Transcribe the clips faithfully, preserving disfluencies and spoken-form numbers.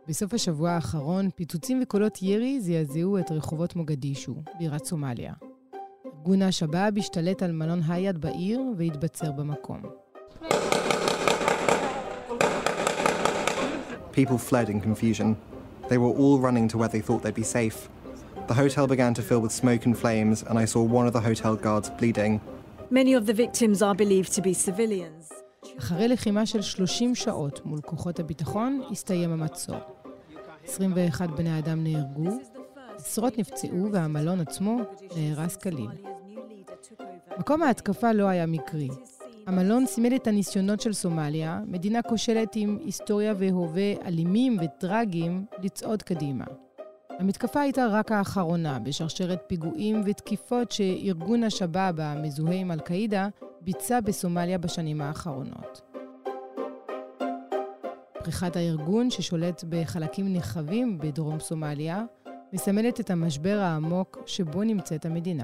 בסוף השבוע האחרון, פיצוצים וקולות ירי זעזעו את רחובות מוגדישו, בירת סומליה. ארגון השבאב השתלט על מלון היאט בעיר והתבצר במקום. People fled in confusion. They were all running to where they thought they'd be safe. The hotel began to fill with smoke and flames, and I saw one of the hotel guards bleeding. Many of the victims are believed to be civilians. אחרי לחימה של שלושים שעות מול כוחות הביטחון, הסתיים המצור. עשרים ואחד בני אדם נהרגו, עשרות נפצעו והמלון עצמו נהרס כליל. מקום ההתקפה לא היה מקרי. המלון סימל את הניסיונות של סומליה, מדינה כושלת עם היסטוריה והווה אלימים וטרגיים, לצעוד קדימה. המתקפה הייתה רק האחרונה בשרשרת פיגועים ותקיפות שארגון השבאב המזוהה עם אל-קאעידה ביצע בסומליה בשנים האחרונות. פריחת הארגון ששולט בחלקים נרחבים בדרום סומליה מסמלת את המשבר העמוק שבו נמצאת המדינה.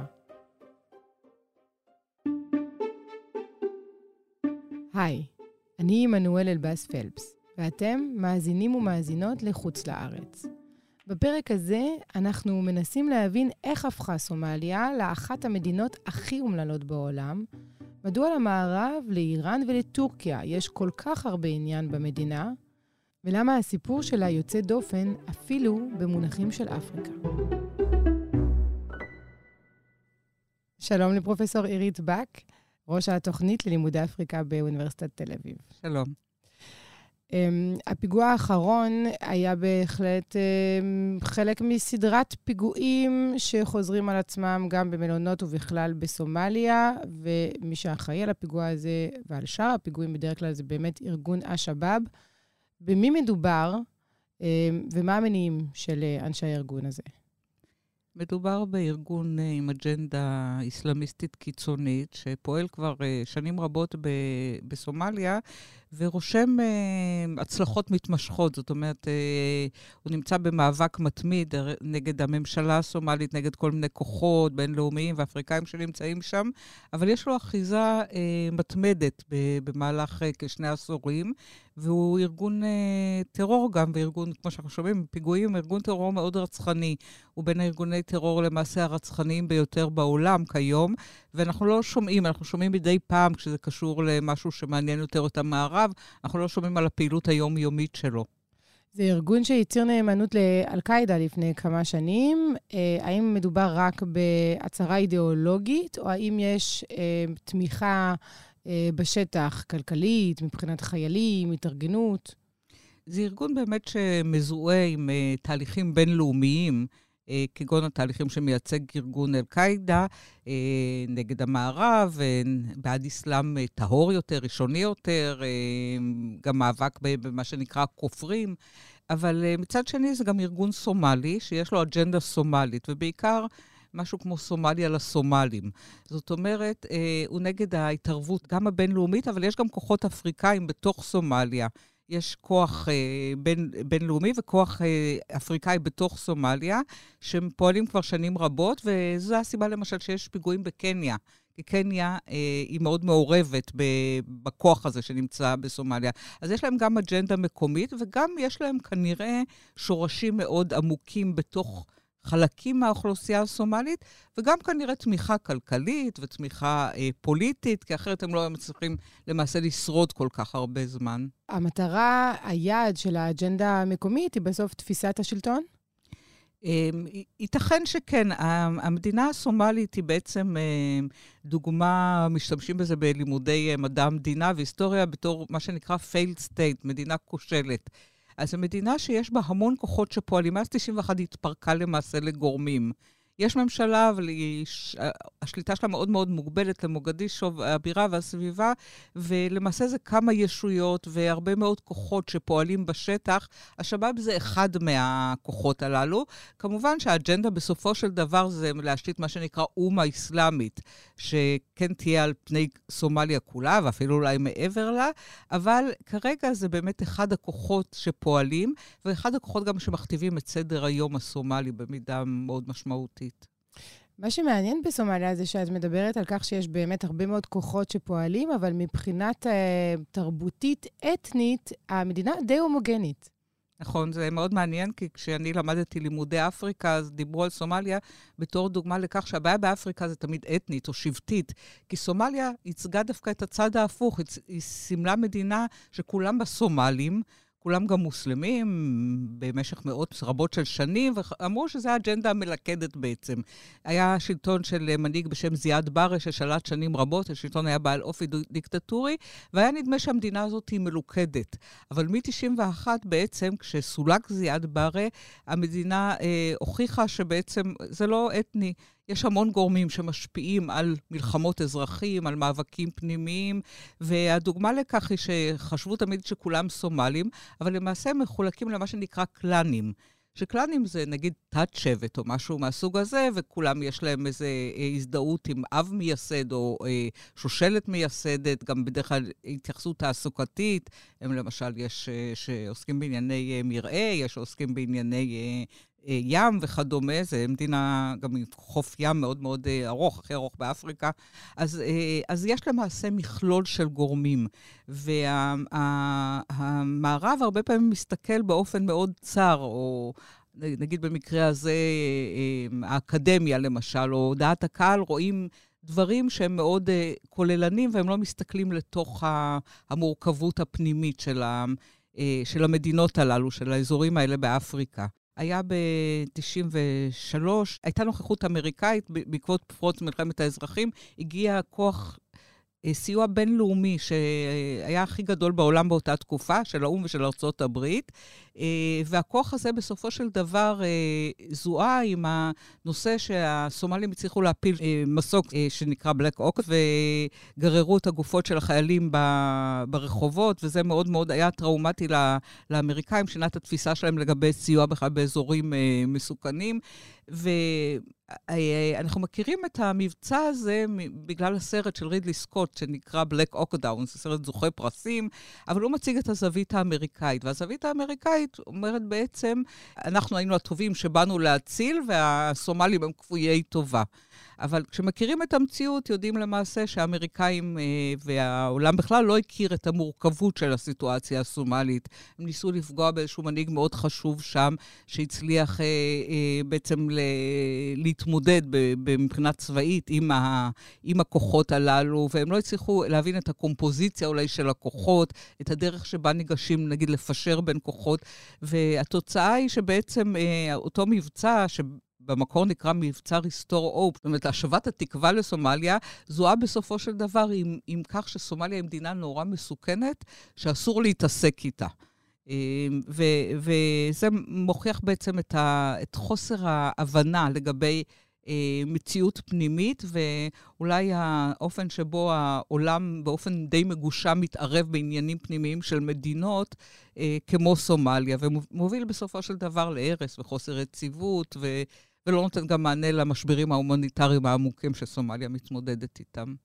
היי, אני עמנואל אלבאס פלפס, ואתם מאזינים ומאזינות לחוץ לארץ. בפרק הזה אנחנו מנסים להבין איך הפכה סומליה לאחת המדינות הכי אומללות בעולם, מדוע למערב, לאיראן ולטורקיה יש כל כך הרבה עניין במדינה, ולמה הסיפור שלה יוצא דופן אפילו במונחים של אפריקה. שלום לפרופסור עירית בק, ראש התוכנית ללימודי אפריקה באוניברסיטת תל אביב. שלום. Um, הפיגוע האחרון היה בהחלט um, חלק מסדרת פיגועים שחוזרים על עצמם גם במלונות ובכלל בסומליה, ומי שאחראי על הפיגוע הזה ועל שאר הפיגועים בדרך כלל זה באמת ארגון השבאב. במי מדובר um, ומה המניעים של אנשי הארגון הזה? מדובר בארגון עם אג'נדה איסלאמיסטית קיצונית, שפועל כבר שנים רבות ב- בסומליה, ורושם uh, הצלחות מתמשכות. זאת אומרת, uh, הוא נמצא במאבק מתמיד נגד הממשלה הסומלית, נגד כל מיני כוחות בינלאומיים ואפריקאים שנמצאים שם, אבל יש לו אחיזה uh, מתמדת ב- במהלך uh, כשני עשורים, והוא ארגון uh, טרור גם, וארגון, כמו שאנחנו שומעים, פיגועים, ארגון טרור מאוד רצחני. הוא בין הארגוני טרור למעשה הרצחניים ביותר בעולם כיום, ואנחנו לא שומעים, אנחנו שומעים מדי פעם כשזה קשור למשהו שמעניין יותר את המערב, אנחנו לא שומעים על הפעילות היומיומית שלו. זה ארגון שייצר נאמנות לאל-קאעידה לפני כמה שנים. האם מדובר רק בהצהרה אידיאולוגית, או האם יש תמיכה בשטח כלכלית, מבחינת חיילים, התארגנות? זה ארגון באמת שמזוהה עם תהליכים בינלאומיים, כגון התהליכים שמייצג ארגון אל-קאעידה נגד המערב, בעד אסלאם טהור יותר, ראשוני יותר, גם מאבק במה שנקרא כופרים, אבל מצד שני זה גם ארגון סומלי, שיש לו אג'נדה סומלית, ובעיקר משהו כמו סומליה לסומלים. זאת אומרת, הוא נגד ההתערבות גם הבינלאומית, אבל יש גם כוחות אפריקאים בתוך סומליה. יש כוח אה, בין, בינלאומי וכוח אה, אפריקאי בתוך סומליה, שהם פועלים כבר שנים רבות, וזו הסיבה למשל שיש פיגועים בקניה. כי קניה אה, היא מאוד מעורבת ב- בכוח הזה שנמצא בסומליה. אז יש להם גם אג'נדה מקומית, וגם יש להם כנראה שורשים מאוד עמוקים בתוך חלקים מהאוכלוסייה הסומלית, וגם כנראה תמיכה כלכלית ותמיכה אה, פוליטית, כי אחרת הם לא מצליחים למעשה לשרוד כל כך הרבה זמן. המטרה, היעד של האג'נדה המקומית היא בסוף תפיסת השלטון? אה, ייתכן שכן. המדינה הסומלית היא בעצם אה, דוגמה, משתמשים בזה בלימודי אה, מדע המדינה והיסטוריה בתור מה שנקרא failed state, מדינה כושלת. אז זו מדינה שיש בה המון כוחות שפועלים. אז תשעים ואחת התפרקה למעשה לגורמים. יש ממשלה, אבל השליטה שלה מאוד מאוד מוגבלת למוגדישו, הבירה והסביבה, ולמעשה זה כמה ישויות והרבה מאוד כוחות שפועלים בשטח. השבאב זה אחד מהכוחות הללו. כמובן שהאג'נדה בסופו של דבר זה להשליט מה שנקרא אומה אסלאמית, שכן תהיה על פני סומליה כולה, ואפילו אולי מעבר לה, אבל כרגע זה באמת אחד הכוחות שפועלים, ואחד הכוחות גם שמכתיבים את סדר היום הסומלי במידה מאוד משמעותית. מה שמעניין בסומליה זה שאת מדברת על כך שיש באמת הרבה מאוד כוחות שפועלים, אבל מבחינת אה, תרבותית, אתנית, המדינה די הומוגנית. נכון, זה מאוד מעניין, כי כשאני למדתי לימודי אפריקה, אז דיברו על סומליה בתור דוגמה לכך שהבעיה באפריקה זה תמיד אתנית או שבטית, כי סומליה ייצגה דווקא את הצד ההפוך, היא סימלה מדינה שכולם בה סומלים, כולם גם מוסלמים במשך מאות רבות של שנים, ואמרו שזו האג'נדה המלכדת בעצם. היה שלטון של מנהיג בשם זיאד בארה, ששלט שנים רבות, השלטון היה בעל אופי דיקטטורי, והיה נדמה שהמדינה הזאת היא מלוכדת. אבל מ-תשעים ואחת בעצם, כשסולק זיאד בארה, המדינה אה, הוכיחה שבעצם זה לא אתני, יש המון גורמים שמשפיעים על מלחמות אזרחים, על מאבקים פנימיים, והדוגמה לכך היא שחשבו תמיד שכולם סומלים, אבל למעשה הם מחולקים למה שנקרא קלאנים. שקלאנים זה נגיד תת שבט או משהו מהסוג הזה, וכולם יש להם איזו הזדהות עם אב מייסד או אה, שושלת מייסדת, גם בדרך כלל התייחסות תעסוקתית, הם למשל יש אה, שעוסקים בענייני אה, מרעה, יש שעוסקים בענייני אה, ים וכדומה, זה מדינה גם עם חוף ים מאוד מאוד ארוך, הכי ארוך באפריקה, אז, אז יש למעשה מכלול של גורמים, והמערב הרבה פעמים מסתכל באופן מאוד צר, או נגיד במקרה הזה, האקדמיה למשל, או דעת הקהל, רואים דברים שהם מאוד כוללנים, והם לא מסתכלים לתוך המורכבות הפנימית של, של המדינות הללו, של האזורים האלה באפריקה. היה ב-תשעים ושלוש, הייתה נוכחות אמריקאית, בעקבות פרוץ מלחמת האזרחים, הגיע כוח סיוע בינלאומי שהיה הכי גדול בעולם באותה תקופה, של האום ושל ארצות הברית, והכוח הזה בסופו של דבר זוהה עם הנושא שהסומלים הצליחו להפיל מסוק שנקרא בלק אוק, וגררו את הגופות של החיילים ברחובות, וזה מאוד מאוד היה טראומטי לאמריקאים, שינת התפיסה שלהם לגבי סיוע בכלל באזורים מסוכנים, ו... אנחנו מכירים את המבצע הזה בגלל הסרט של רידלי סקוט, שנקרא בלק אוקדאון, זה סרט זוכה פרסים, אבל הוא מציג את הזווית האמריקאית, והזווית האמריקאית אומרת בעצם, אנחנו היינו הטובים שבאנו להציל, והסומלים הם כפויי טובה. אבל כשמכירים את המציאות, יודעים למעשה שהאמריקאים אה, והעולם בכלל לא הכיר את המורכבות של הסיטואציה הסומלית. הם ניסו לפגוע באיזשהו מנהיג מאוד חשוב שם, שהצליח אה, אה, בעצם ל- להתמודד מבחינה צבאית עם, ה- עם הכוחות הללו, והם לא הצליחו להבין את הקומפוזיציה אולי של הכוחות, את הדרך שבה ניגשים, נגיד, לפשר בין כוחות, והתוצאה היא שבעצם אה, אותו מבצע, ש... במקור נקרא מבצע Restore Hope, זאת אומרת, השבת התקווה לסומליה, זוהה בסופו של דבר עם, עם כך שסומליה היא מדינה נורא מסוכנת, שאסור להתעסק איתה. ו, וזה מוכיח בעצם את, ה, את חוסר ההבנה לגבי מציאות פנימית, ואולי האופן שבו העולם באופן די מגושם מתערב בעניינים פנימיים של מדינות, כמו סומליה, ומוביל בסופו של דבר להרס וחוסר יציבות, ו... ולא נותן גם מענה למשברים ההומניטריים העמוקים שסומליה מתמודדת איתם.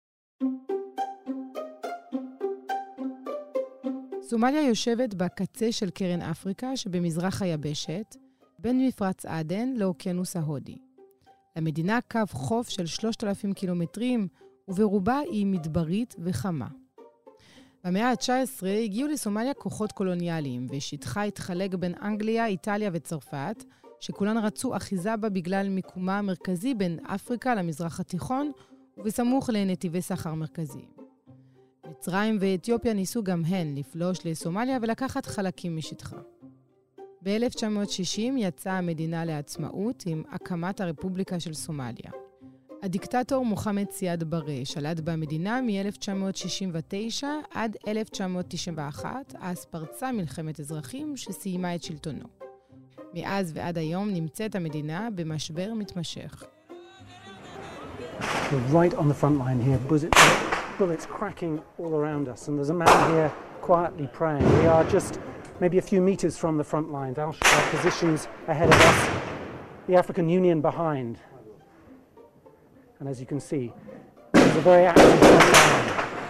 סומליה יושבת בקצה של קרן אפריקה שבמזרח היבשת, בין מפרץ עדן לאוקיינוס ההודי. למדינה קו חוף של שלושת אלפים קילומטרים, וברובה היא מדברית וחמה. במאה ה-תשע עשרה הגיעו לסומליה כוחות קולוניאליים, ושטחה התחלק בין אנגליה, איטליה וצרפת, שכולן רצו אחיזה בה בגלל מיקומה המרכזי בין אפריקה למזרח התיכון, ובסמוך לנתיבי סחר מרכזיים. מצרים ואתיופיה ניסו גם הן לפלוש לסומליה ולקחת חלקים משטחה. ב-אלף תשע מאות שישים יצאה המדינה לעצמאות עם הקמת הרפובליקה של סומליה. הדיקטטור מוחמד סיאד בארה שלט במדינה מ-אלף תשע מאות שישים ותשע עד אלף תשע מאות תשעים ואחת, אז פרצה מלחמת אזרחים שסיימה את שלטונו. מאז ועד היום נמצאת המדינה במשבר מתמשך. We're right on the front line here, bullets, bullets cracking all around us, and there's a man here quietly praying. We are just maybe a few meters from the front line. Our positions ahead of us, the African Union behind. And as you can see, there's a very active front line.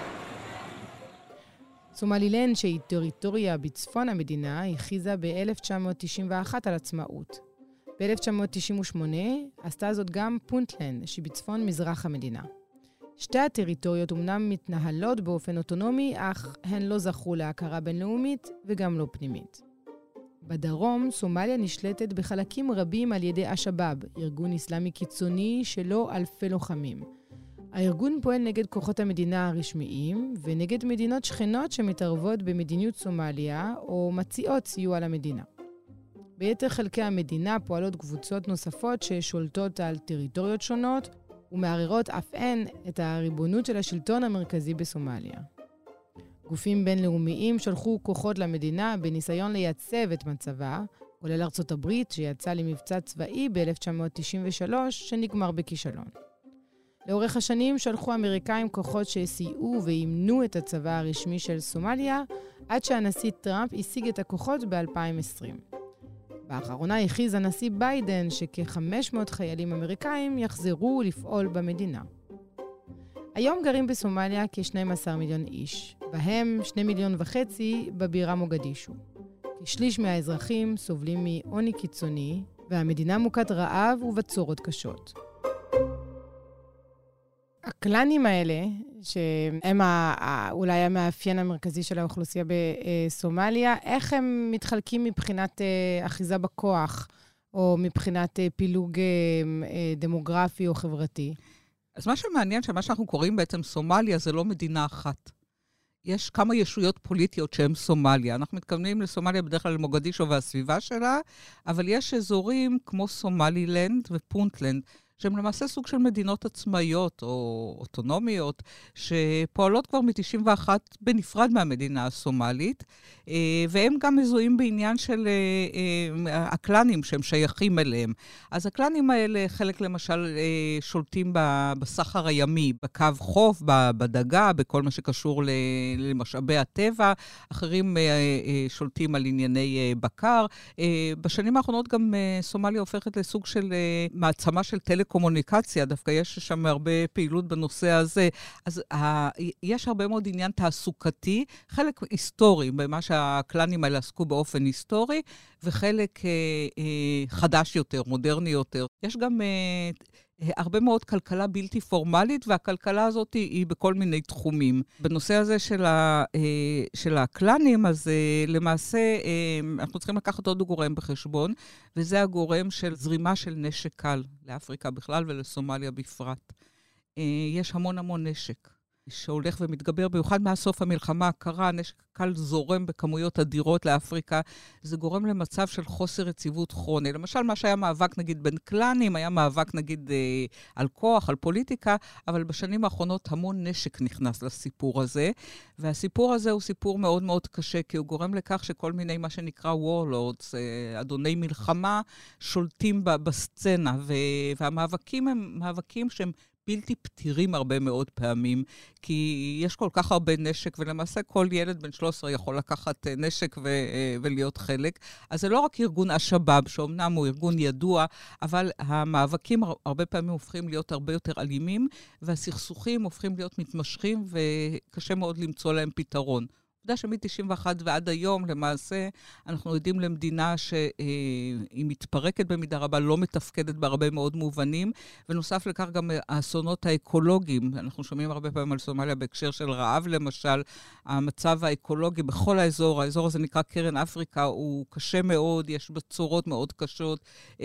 סומלילנד, שהיא טריטוריה בצפון המדינה, הכריזה ב-אלף תשע מאות תשעים ואחת על עצמאות. ב-אלף תשע מאות תשעים ושמונה עשתה זאת גם פונטלנד, שהיא בצפון מזרח המדינה. שתי הטריטוריות אומנם מתנהלות באופן אוטונומי, אך הן לא זכו להכרה בינלאומית וגם לא פנימית. בדרום, סומליה נשלטת בחלקים רבים על ידי אשבאב, ארגון אסלאמי קיצוני שלו אלפי לוחמים. הארגון פועל נגד כוחות המדינה הרשמיים ונגד מדינות שכנות שמתערבות במדיניות סומליה או מציעות סיוע למדינה. ביתר חלקי המדינה פועלות קבוצות נוספות ששולטות על טריטוריות שונות ומערערות אף הן את הריבונות של השלטון המרכזי בסומליה. גופים בינלאומיים שלחו כוחות למדינה בניסיון לייצב את מצבה, כולל ארצות הברית שיצא למבצע צבאי ב-אלף תשע מאות תשעים ושלוש שנגמר בכישלון. לאורך השנים שלחו אמריקאים כוחות שסייעו ואימנו את הצבא הרשמי של סומליה, עד שהנשיא טראמפ השיג את הכוחות ב-אלפיים ועשרים. באחרונה הכריז הנשיא ביידן שכ-חמש מאות חיילים אמריקאים יחזרו לפעול במדינה. היום גרים בסומליה כ-שנים עשר מיליון איש, בהם שני מיליון וחצי בבירה מוגדישו. כשליש מהאזרחים סובלים מעוני קיצוני, והמדינה מוכת רעב ובצורות קשות. הקלנים האלה, שהם אולי המאפיין המרכזי של האוכלוסייה בסומליה, איך הם מתחלקים מבחינת אחיזה בכוח, או מבחינת פילוג דמוגרפי או חברתי? אז מה שמעניין שמה שאנחנו קוראים בעצם סומליה זה לא מדינה אחת. יש כמה ישויות פוליטיות שהן סומליה. אנחנו מתכוונים לסומליה בדרך כלל למוגדישו והסביבה שלה, אבל יש אזורים כמו סומלילנד ופונטלנד, שהן למעשה סוג של מדינות עצמאיות או אוטונומיות, שפועלות כבר מ-תשעים ואחת בנפרד מהמדינה הסומלית, והם גם מזוהים בעניין של הקלנים שהם שייכים אליהם. אז הקלנים האלה, חלק למשל שולטים בסחר הימי, בקו חוף, בדגה, בכל מה שקשור למשאבי הטבע, אחרים שולטים על ענייני בקר. בשנים האחרונות גם סומליה הופכת לסוג של מעצמה של טלקומוניקציה, קומוניקציה, דווקא יש שם הרבה פעילות בנושא הזה, אז ה, יש הרבה מאוד עניין תעסוקתי, חלק היסטורי, במה שהקלנים האלה עסקו באופן היסטורי, וחלק אה, אה, חדש יותר, מודרני יותר. יש גם אה, הרבה מאוד כלכלה בלתי פורמלית, והכלכלה הזאת היא, היא בכל מיני תחומים. בנושא הזה של, ה, אה, של הקלנים, אז אה, למעשה אה, אנחנו צריכים לקחת עוד גורם בחשבון, וזה הגורם של זרימה של נשק קל לאפריקה בכלל ולסומליה בפרט. אה, יש המון המון נשק שהולך ומתגבר, במיוחד מהסוף המלחמה הקרה, נשק קל זורם בכמויות אדירות לאפריקה, זה גורם למצב של חוסר יציבות כרוני. למשל, מה שהיה מאבק נגיד בין קלנים, היה מאבק נגיד אה, על כוח, על פוליטיקה, אבל בשנים האחרונות המון נשק נכנס לסיפור הזה, והסיפור הזה הוא סיפור מאוד מאוד קשה, כי הוא גורם לכך שכל מיני מה שנקרא warlords, אה, אדוני מלחמה, שולטים ב- בסצנה, ו- והמאבקים הם מאבקים שהם בלתי פתירים הרבה מאוד פעמים, כי יש כל כך הרבה נשק, ולמעשה כל ילד בן שלוש עשרה יכול לקחת נשק ו- ולהיות חלק. אז זה לא רק ארגון אשבאב, שאומנם הוא ארגון ידוע, אבל המאבקים הרבה פעמים הופכים להיות הרבה יותר אלימים, והסכסוכים הופכים להיות מתמשכים, וקשה מאוד למצוא להם פתרון. עובדה שמ-תשעים ואחת ועד היום, למעשה, אנחנו יודעים למדינה שהיא מתפרקת במידה רבה, לא מתפקדת בהרבה מאוד מובנים, ונוסף לכך גם האסונות האקולוגיים. אנחנו שומעים הרבה פעמים על סומליה בהקשר של רעב, למשל, המצב האקולוגי בכל האזור, האזור הזה נקרא קרן אפריקה, הוא קשה מאוד, יש בצורות מאוד קשות,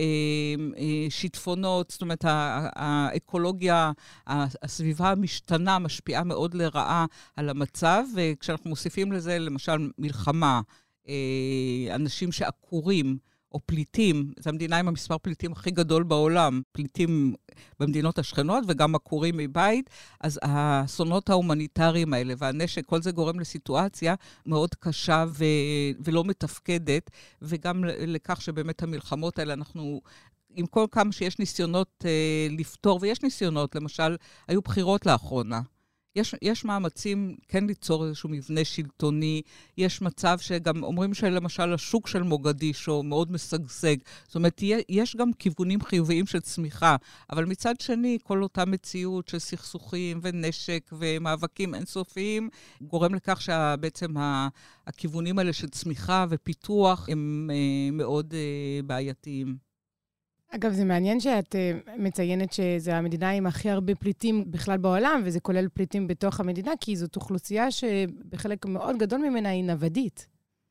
שיטפונות, זאת אומרת, האקולוגיה, הסביבה המשתנה, משפיעה מאוד לרעה על המצב, וכשאנחנו מוסיפים לזה, למשל, מלחמה, אנשים שעקורים או פליטים, זו המדינה עם המספר פליטים הכי גדול בעולם, פליטים במדינות השכנות וגם עקורים מבית, אז האסונות ההומניטריים האלה והנשק, כל זה גורם לסיטואציה מאוד קשה ו- ולא מתפקדת, וגם לכך שבאמת המלחמות האלה אנחנו... עם כל כמה שיש ניסיונות אה, לפתור, ויש ניסיונות, למשל, היו בחירות לאחרונה. יש, יש מאמצים כן ליצור איזשהו מבנה שלטוני, יש מצב שגם אומרים שלמשל השוק של מוגדישו מאוד משגשג, זאת אומרת, יש גם כיוונים חיוביים של צמיחה, אבל מצד שני, כל אותה מציאות של סכסוכים ונשק ומאבקים אינסופיים, גורם לכך שבעצם הכיוונים האלה של צמיחה ופיתוח הם מאוד בעייתיים. אגב, זה מעניין שאת uh, מציינת שזו המדינה עם הכי הרבה פליטים בכלל בעולם, וזה כולל פליטים בתוך המדינה, כי זאת אוכלוסייה שבחלק מאוד גדול ממנה היא נוודית.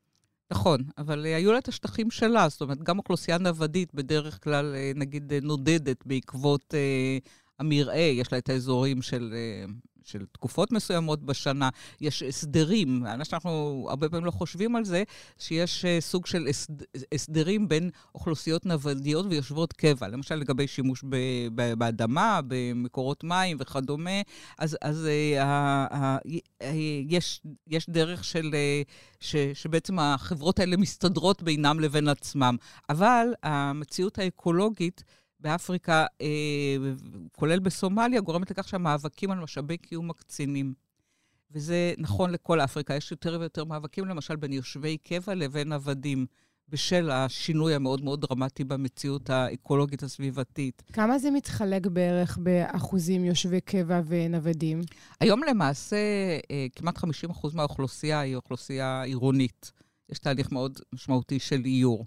נכון, אבל היו לה את השטחים שלה, זאת אומרת, גם אוכלוסייה נוודית בדרך כלל, נגיד, נודדת בעקבות אה, המרעה, יש לה את האזורים של, אה, של תקופות מסוימות בשנה, יש הסדרים, אנחנו הרבה פעמים לא חושבים על זה, שיש אה, סוג של הסד, הסדרים בין אוכלוסיות נוודיות ויושבות קבע, למשל לגבי שימוש ב, ב, באדמה, במקורות מים וכדומה, אז, אז אה, אה, אה, יש, יש דרך של... אה, ש, שבעצם החברות האלה מסתדרות בינם לבין עצמם. אבל המציאות האקולוגית באפריקה, אה, כולל בסומליה, גורמת לכך שהמאבקים על משאבי קיום מקצינים. וזה נכון לכל אפריקה. יש יותר ויותר מאבקים, למשל, בין יושבי קבע לבין עבדים, בשל השינוי המאוד מאוד דרמטי במציאות האקולוגית הסביבתית. כמה זה מתחלק בערך באחוזים יושבי קבע ונוודים? היום למעשה כמעט חמישים אחוז מהאוכלוסייה היא אוכלוסייה עירונית. יש תהליך מאוד משמעותי של איור.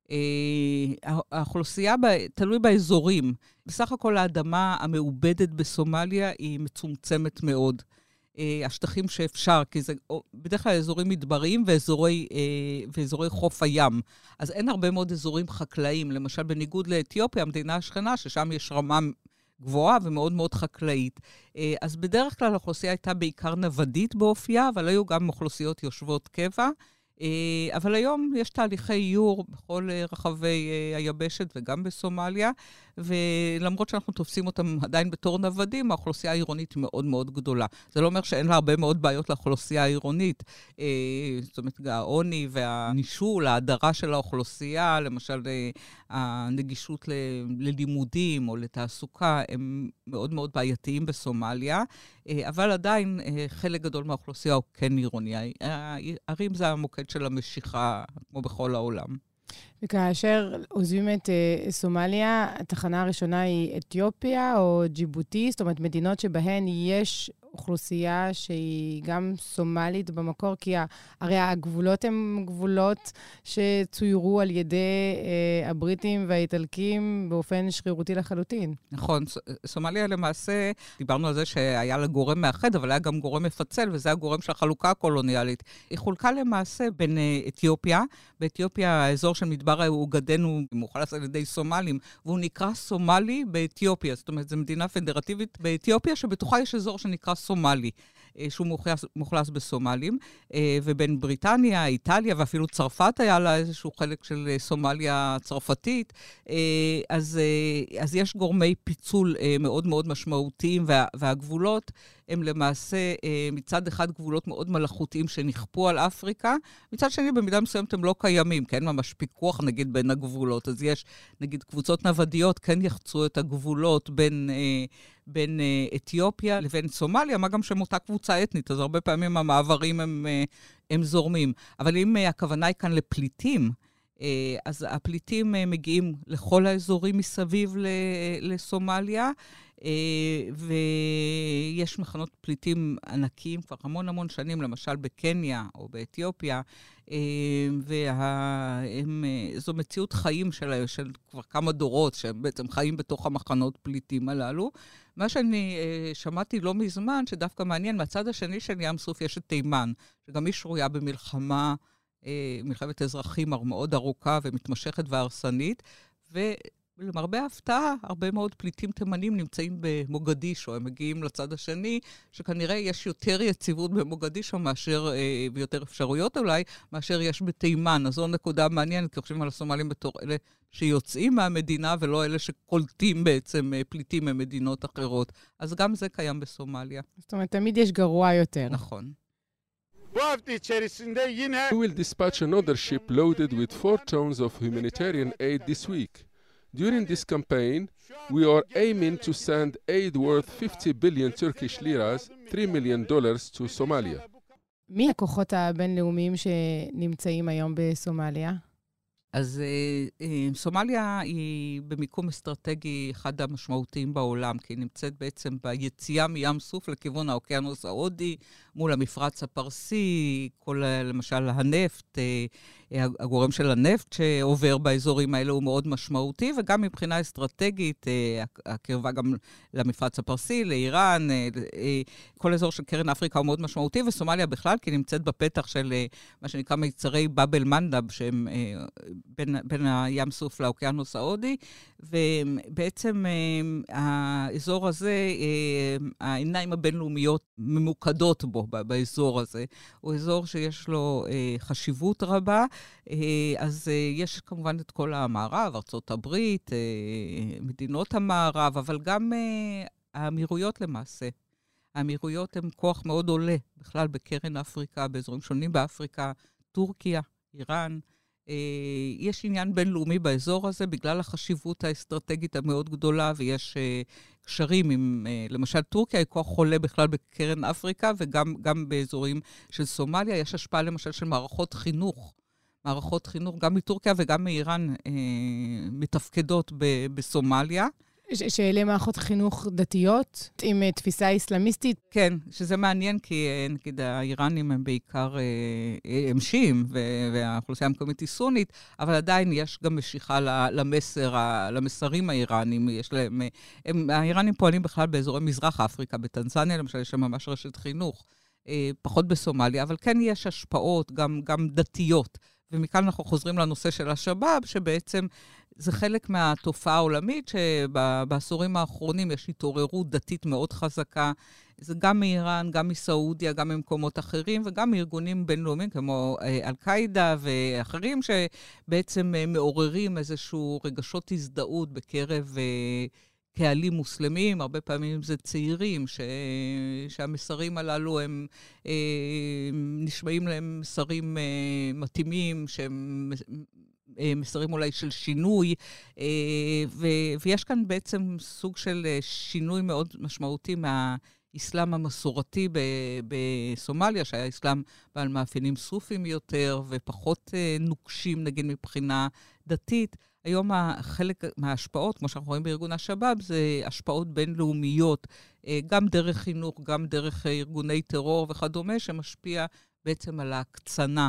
האוכלוסייה תלוי באזורים. בסך הכל האדמה המעובדת בסומליה היא מצומצמת מאוד. השטחים שאפשר, כי זה בדרך כלל אזורים מדבריים ואזורי, ואזורי חוף הים. אז אין הרבה מאוד אזורים חקלאיים. למשל, בניגוד לאתיופיה, המדינה השכנה, ששם יש רמה גבוהה ומאוד מאוד חקלאית. אז בדרך כלל האוכלוסייה הייתה בעיקר נוודית באופייה, אבל היו גם אוכלוסיות יושבות קבע. אבל היום יש תהליכי איור בכל רחבי היבשת וגם בסומליה, ולמרות שאנחנו תופסים אותם עדיין בתור נוודים, האוכלוסייה העירונית היא מאוד מאוד גדולה. זה לא אומר שאין לה הרבה מאוד בעיות לאוכלוסייה העירונית. זאת אומרת, העוני והנישול, ההדרה של האוכלוסייה, למשל הנגישות ללימודים או לתעסוקה, הם מאוד מאוד בעייתיים בסומליה, אבל עדיין חלק גדול מהאוכלוסייה הוא כן עירוני. הערים זה המוקד של המשיכה, כמו בכל העולם. וכאשר עוזבים את uh, סומליה, התחנה הראשונה היא אתיופיה או ג'יבוטי, זאת אומרת מדינות שבהן יש אוכלוסייה שהיא גם סומלית במקור, כי הרי הגבולות הן גבולות שצוירו על ידי uh, הבריטים והאיטלקים באופן שרירותי לחלוטין. נכון, סומליה למעשה, דיברנו על זה שהיה לה גורם מאחד, אבל היה גם גורם מפצל, וזה הגורם של החלוקה הקולוניאלית. היא חולקה למעשה בין uh, אתיופיה, באתיופיה האזור של מדבר האוגדן הוא מוכלס על ידי סומלים, והוא נקרא סומלי באתיופיה, זאת אומרת, זו מדינה פדרטיבית באתיופיה, שבתוכה יש אזור שנקרא סומלי, שהוא מוכלס, מוכלס בסומלים, ובין בריטניה, איטליה, ואפילו צרפת היה לה איזשהו חלק של סומליה צרפתית, אז, אז יש גורמי פיצול מאוד מאוד משמעותיים, וה, והגבולות הם למעשה מצד אחד גבולות מאוד מלאכותיים שנכפו על אפריקה, מצד שני במידה מסוימת הם לא קיימים, כן? ממש פיקוח נגיד בין הגבולות, אז יש נגיד קבוצות נוודיות כן יחצו את הגבולות בין, בין אתיופיה לבין סומליה, מה גם שמותה קבוצה אתנית, אז הרבה פעמים המעברים הם, הם זורמים. אבל אם הכוונה היא כאן לפליטים, אז הפליטים מגיעים לכל האזורים מסביב לסומליה, ויש מחנות פליטים ענקיים כבר המון המון שנים, למשל בקניה או באתיופיה, וזו מציאות חיים של, של כבר כמה דורות, שהם בעצם חיים בתוך המחנות פליטים הללו. מה שאני שמעתי לא מזמן, שדווקא מעניין, מהצד השני של ים סוף יש את תימן, שגם היא שרויה במלחמה, מלחמת אזרחים מאוד ארוכה ומתמשכת והרסנית, ולמרבה ההפתעה, הרבה מאוד פליטים תימנים נמצאים במוגדישו, הם מגיעים לצד השני, שכנראה יש יותר יציבות במוגדישו מאשר, ויותר אפשרויות אולי, מאשר יש בתימן. אז זו נקודה מעניינת, כי חושבים על הסומלים בתור אלה שיוצאים מהמדינה, ולא אלה שקולטים בעצם פליטים ממדינות אחרות. אז גם זה קיים בסומליה. זאת אומרת, תמיד יש גרוע יותר. נכון. We will dispatch another ship loaded with four tons of humanitarian aid this week. During this campaign, we are aiming to send aid worth fifty billion Turkish liras, three million dollars to Somalia. מי הכוחות הבינלאומיים שנמצאים היום בסומליה? אז אה, אה, סומליה היא במיקום אסטרטגי אחד המשמעותיים בעולם, כי היא נמצאת בעצם ביציאה מים סוף לכיוון האוקיינוס ההודי, מול המפרץ הפרסי, כל למשל הנפט, אה, הגורם של הנפט שעובר באזורים האלה הוא מאוד משמעותי, וגם מבחינה אסטרטגית, אה, הקרבה גם למפרץ הפרסי, לאיראן, אה, אה, כל אזור של קרן אפריקה הוא מאוד משמעותי, וסומליה בכלל, כי נמצאת בפתח של אה, מה שנקרא מיצרי באבל מנדב, שהם אה, בין, בין הים סוף לאוקיינוס ההודי, ובעצם אה, האזור הזה, אה, העיניים הבינלאומיות ממוקדות בו, באזור הזה. הוא אזור שיש לו אה, חשיבות רבה, אה, אז אה, יש כמובן את כל המערב, ארצות הברית, אה, מדינות המערב, אבל גם אה, האמירויות למעשה. האמירויות הן כוח מאוד עולה, בכלל בקרן אפריקה, באזורים שונים באפריקה, טורקיה, איראן. אה, יש עניין בינלאומי באזור הזה, בגלל החשיבות האסטרטגית המאוד גדולה, ויש אה, קשרים עם, אה, למשל, טורקיה היא כוח חולה בכלל בקרן אפריקה, וגם גם באזורים של סומליה, יש השפעה למשל של מערכות חינוך. מערכות חינוך, גם מטורקיה וגם מאיראן אה, מתפקדות ב- בסומליה. ש- שאלה מערכות חינוך דתיות, עם uh, תפיסה איסלאמיסטית. כן, שזה מעניין, כי נגיד האיראנים הם בעיקר הם שיעים, והאוכלוסייה המקומית היא סונית, אבל עדיין יש גם משיכה למסר, למסרים האיראנים. יש להם, הם, האיראנים פועלים בכלל באזורי מזרח אפריקה, בטנזניה למשל, יש שם ממש רשת חינוך, פחות בסומליה, אבל כן יש השפעות גם, גם דתיות. ומכאן אנחנו חוזרים לנושא של השבאב, שבעצם זה חלק מהתופעה העולמית, שבעשורים האחרונים יש התעוררות דתית מאוד חזקה. זה גם מאיראן, גם מסעודיה, גם ממקומות אחרים, וגם מארגונים בינלאומיים כמו אל-קאידה ואחרים, שבעצם מעוררים איזשהו רגשות הזדהות בקרב קהלים מוסלמים, הרבה פעמים זה צעירים, ש... שהמסרים הללו הם אה, נשמעים להם מסרים אה, מתאימים, שהם אה, מסרים אולי של שינוי, אה, ו... ויש כאן בעצם סוג של שינוי מאוד משמעותי מהאסלאם המסורתי ב... בסומליה, שהיה אסלאם בעל מאפיינים סופיים יותר, ופחות אה, נוקשים, נגיד מבחינה דתית. היום חלק מההשפעות, כמו שאנחנו רואים בארגון השבאב, זה השפעות בינלאומיות, גם דרך חינוך, גם דרך ארגוני טרור וכדומה, שמשפיע בעצם על ההקצנה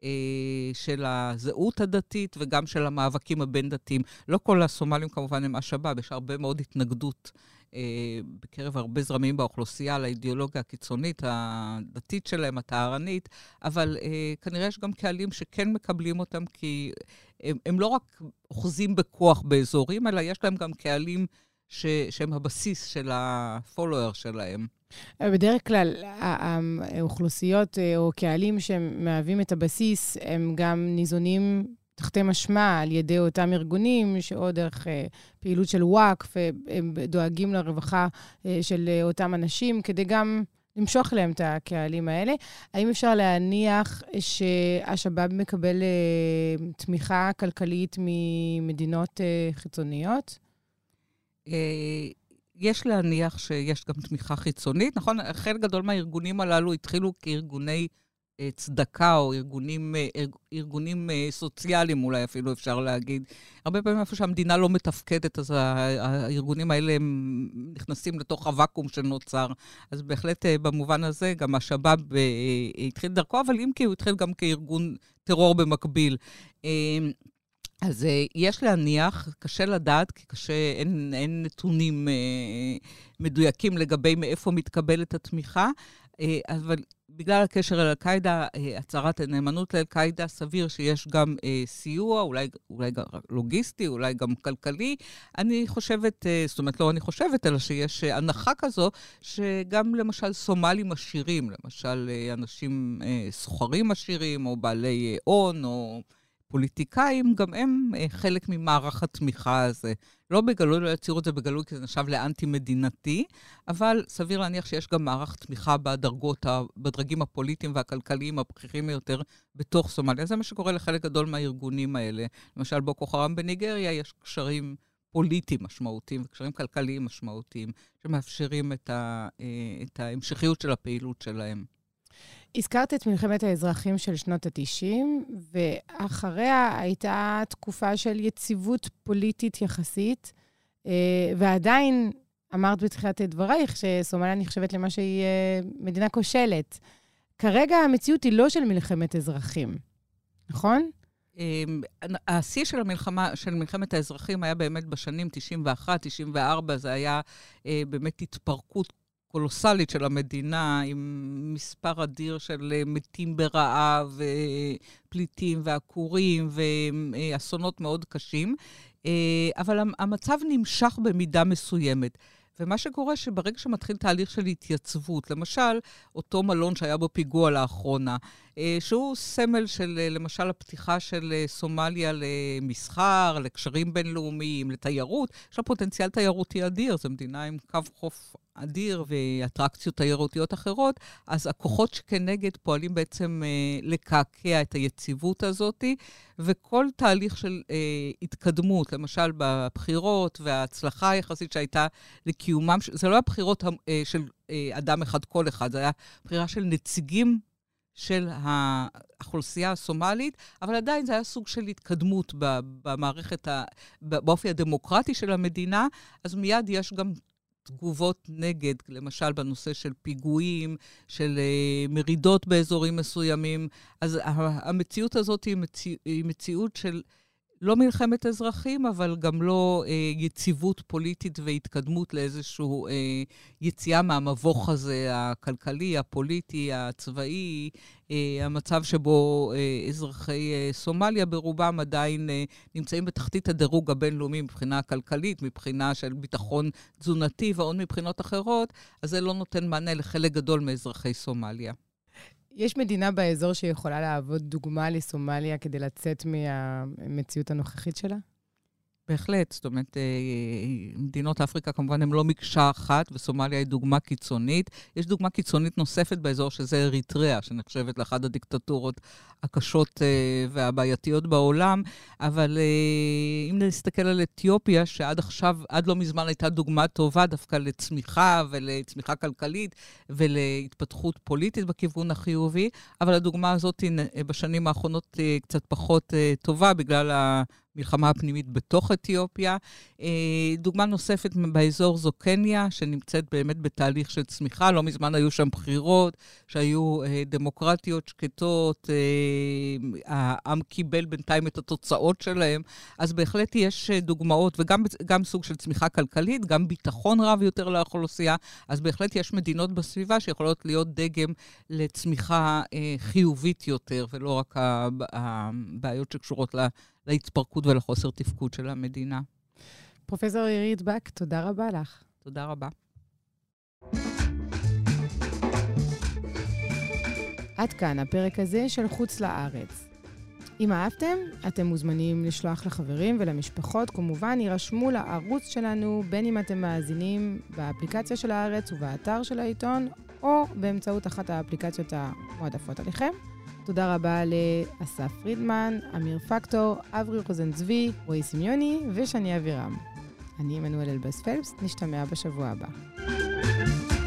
של הזהות הדתית וגם של המאבקים הבין-דתיים. לא כל הסומלים כמובן הם השבאב, יש הרבה מאוד התנגדות בקרב הרבה זרמים באוכלוסייה, לאידיאולוגיה הקיצונית, הדתית שלהם, הטהרנית, אבל כנראה יש גם קהלים שכן מקבלים אותם, כי הם, הם לא רק אוחזים בכוח באזורים, אלא יש להם גם קהלים ש, שהם הבסיס של הפולוור שלהם. בדרך כלל, האוכלוסיות או קהלים שמהווים את הבסיס, הם גם ניזונים תחתי משמע על ידי אותם ארגונים, שעוד דרך פעילות של וואקף, הם דואגים לרווחה של אותם אנשים, כדי גם למשוך להם את הקהלים האלה. האם אפשר להניח שהשבאב מקבל תמיכה כלכלית ממדינות חיצוניות? יש להניח שיש גם תמיכה חיצונית. נכון, חלק גדול מהארגונים הללו התחילו כארגוני צדקה או ארגונים, ארגונים סוציאליים, אולי אפילו אפשר להגיד. הרבה פעמים איפה שהמדינה לא מתפקדת, אז הארגונים האלה הם נכנסים לתוך הוואקום שנוצר. אז בהחלט במובן הזה גם השבאב התחיל דרכו, אבל אם כי הוא התחיל גם כארגון טרור במקביל. אז יש להניח, קשה לדעת, כי קשה, אין, אין נתונים מדויקים לגבי מאיפה מתקבלת התמיכה, אבל בגלל הקשר אל אל-קאידה, הצהרת הנאמנות לאל-קאידה, סביר שיש גם אה, סיוע, אולי, אולי גם לוגיסטי, אולי גם כלכלי. אני חושבת, אה, זאת אומרת, לא אני חושבת, אלא שיש אה, הנחה כזו, שגם למשל סומלים עשירים, למשל אה, אנשים אה, סוחרים עשירים, או בעלי הון, אה, או פוליטיקאים, גם הם אה, חלק ממערך התמיכה הזה. לא בגלוי, לא יצירו את זה בגלוי, כי זה נחשב לאנטי-מדינתי, אבל סביר להניח שיש גם מערך תמיכה בדרגות, בדרגים הפוליטיים והכלכליים הבכירים יותר בתוך סומליה. זה מה שקורה לחלק גדול מהארגונים האלה. למשל, בוקו חראם בניגריה יש קשרים פוליטיים משמעותיים וקשרים כלכליים משמעותיים, שמאפשרים את, ה, את ההמשכיות של הפעילות שלהם. הזכרת את מלחמת האזרחים של שנות ה-תשעים, ואחריה הייתה תקופה של יציבות פוליטית יחסית, ועדיין אמרת בתחילת דברייך שסומליה נחשבת למה שהיא מדינה כושלת. כרגע המציאות היא לא של מלחמת אזרחים, נכון? השיא של המלחמה, של מלחמת האזרחים היה באמת בשנים תשעים ואחת תשעים וארבע, זה היה באמת התפרקות קולוסלית של המדינה, עם מספר אדיר של מתים ברעב, פליטים ועקורים, ואסונות מאוד קשים. אבל המצב נמשך במידה מסוימת. ומה שקורה שברגע שמתחיל תהליך של התייצבות, למשל, אותו מלון שהיה בו פיגוע לאחרונה, שהוא סמל של, למשל, הפתיחה של סומליה למסחר, לקשרים בינלאומיים, לתיירות, יש לה פוטנציאל תיירותי אדיר, זו מדינה עם קו חוף אדיר ואטרקציות תיירותיות אחרות, אז הכוחות שכנגד פועלים בעצם אה, לקעקע את היציבות הזאת, וכל תהליך של אה, התקדמות, למשל בבחירות וההצלחה היחסית שהייתה לקיומם, זה לא היה בחירות אה, של אה, אדם אחד כל אחד, זה היה בחירה של נציגים של האוכלוסייה הסומלית, אבל עדיין זה היה סוג של התקדמות במערכת, ה, באופי הדמוקרטי של המדינה, אז מיד יש גם תגובות נגד, למשל בנושא של פיגועים, של uh, מרידות באזורים מסוימים. אז המציאות הזאת היא, מציא, היא מציאות של לא מלחמת אזרחים, אבל גם לא uh, יציבות פוליטית והתקדמות לאיזשהו uh, יציאה מהמבוך הזה, הכלכלי, הפוליטי, הצבאי, uh, המצב שבו uh, אזרחי uh, סומליה ברובם עדיין uh, נמצאים בתחתית הדירוג הבינלאומי מבחינה כלכלית, מבחינה של ביטחון תזונתי ועוד מבחינות אחרות, אז זה לא נותן מענה לחלק גדול מאזרחי סומליה. יש מדינה באזור שיכולה לעבוד דוגמה לסומליה כדי לצאת מהמציאות הנוכחית שלה? בהחלט, זאת אומרת, מדינות אפריקה כמובן הן לא מקשה אחת, וסומליה היא דוגמה קיצונית. יש דוגמה קיצונית נוספת באזור, שזה אריתריאה, שנחשבת לאחת הדיקטטורות הקשות והבעייתיות בעולם, אבל אם נסתכל על אתיופיה, שעד עכשיו, עד לא מזמן הייתה דוגמה טובה דווקא לצמיחה ולצמיחה כלכלית ולהתפתחות פוליטית בכיוון החיובי, אבל הדוגמה הזאת בשנים האחרונות קצת פחות טובה בגלל ה... מלחמה הפנימית בתוך אתיופיה. דוגמה נוספת באזור זו קניה, שנמצאת באמת בתהליך של צמיחה. לא מזמן היו שם בחירות, שהיו דמוקרטיות שקטות, העם קיבל בינתיים את התוצאות שלהם. אז בהחלט יש דוגמאות, וגם גם סוג של צמיחה כלכלית, גם ביטחון רב יותר לאוכלוסייה. אז בהחלט יש מדינות בסביבה שיכולות להיות דגם לצמיחה חיובית יותר, ולא רק הבעיות שקשורות לה. להתפרקות ולחוסר תפקוד של המדינה. פרופסור עירית בק, תודה רבה לך. תודה רבה. עד כאן הפרק הזה של חוץ לארץ. אם אהבתם, אתם מוזמנים לשלוח לחברים ולמשפחות. כמובן, יירשמו לערוץ שלנו, בין אם אתם מאזינים באפליקציה של הארץ ובאתר של העיתון, או באמצעות אחת האפליקציות המועדפות עליכם. תודה רבה לאסף פרידמן, אמיר פקטור, אברי רוזנצבי, רועי סמיוני ושני אבירם. אני עמנואל אלבאס פלפס, נשתמע בשבוע הבא.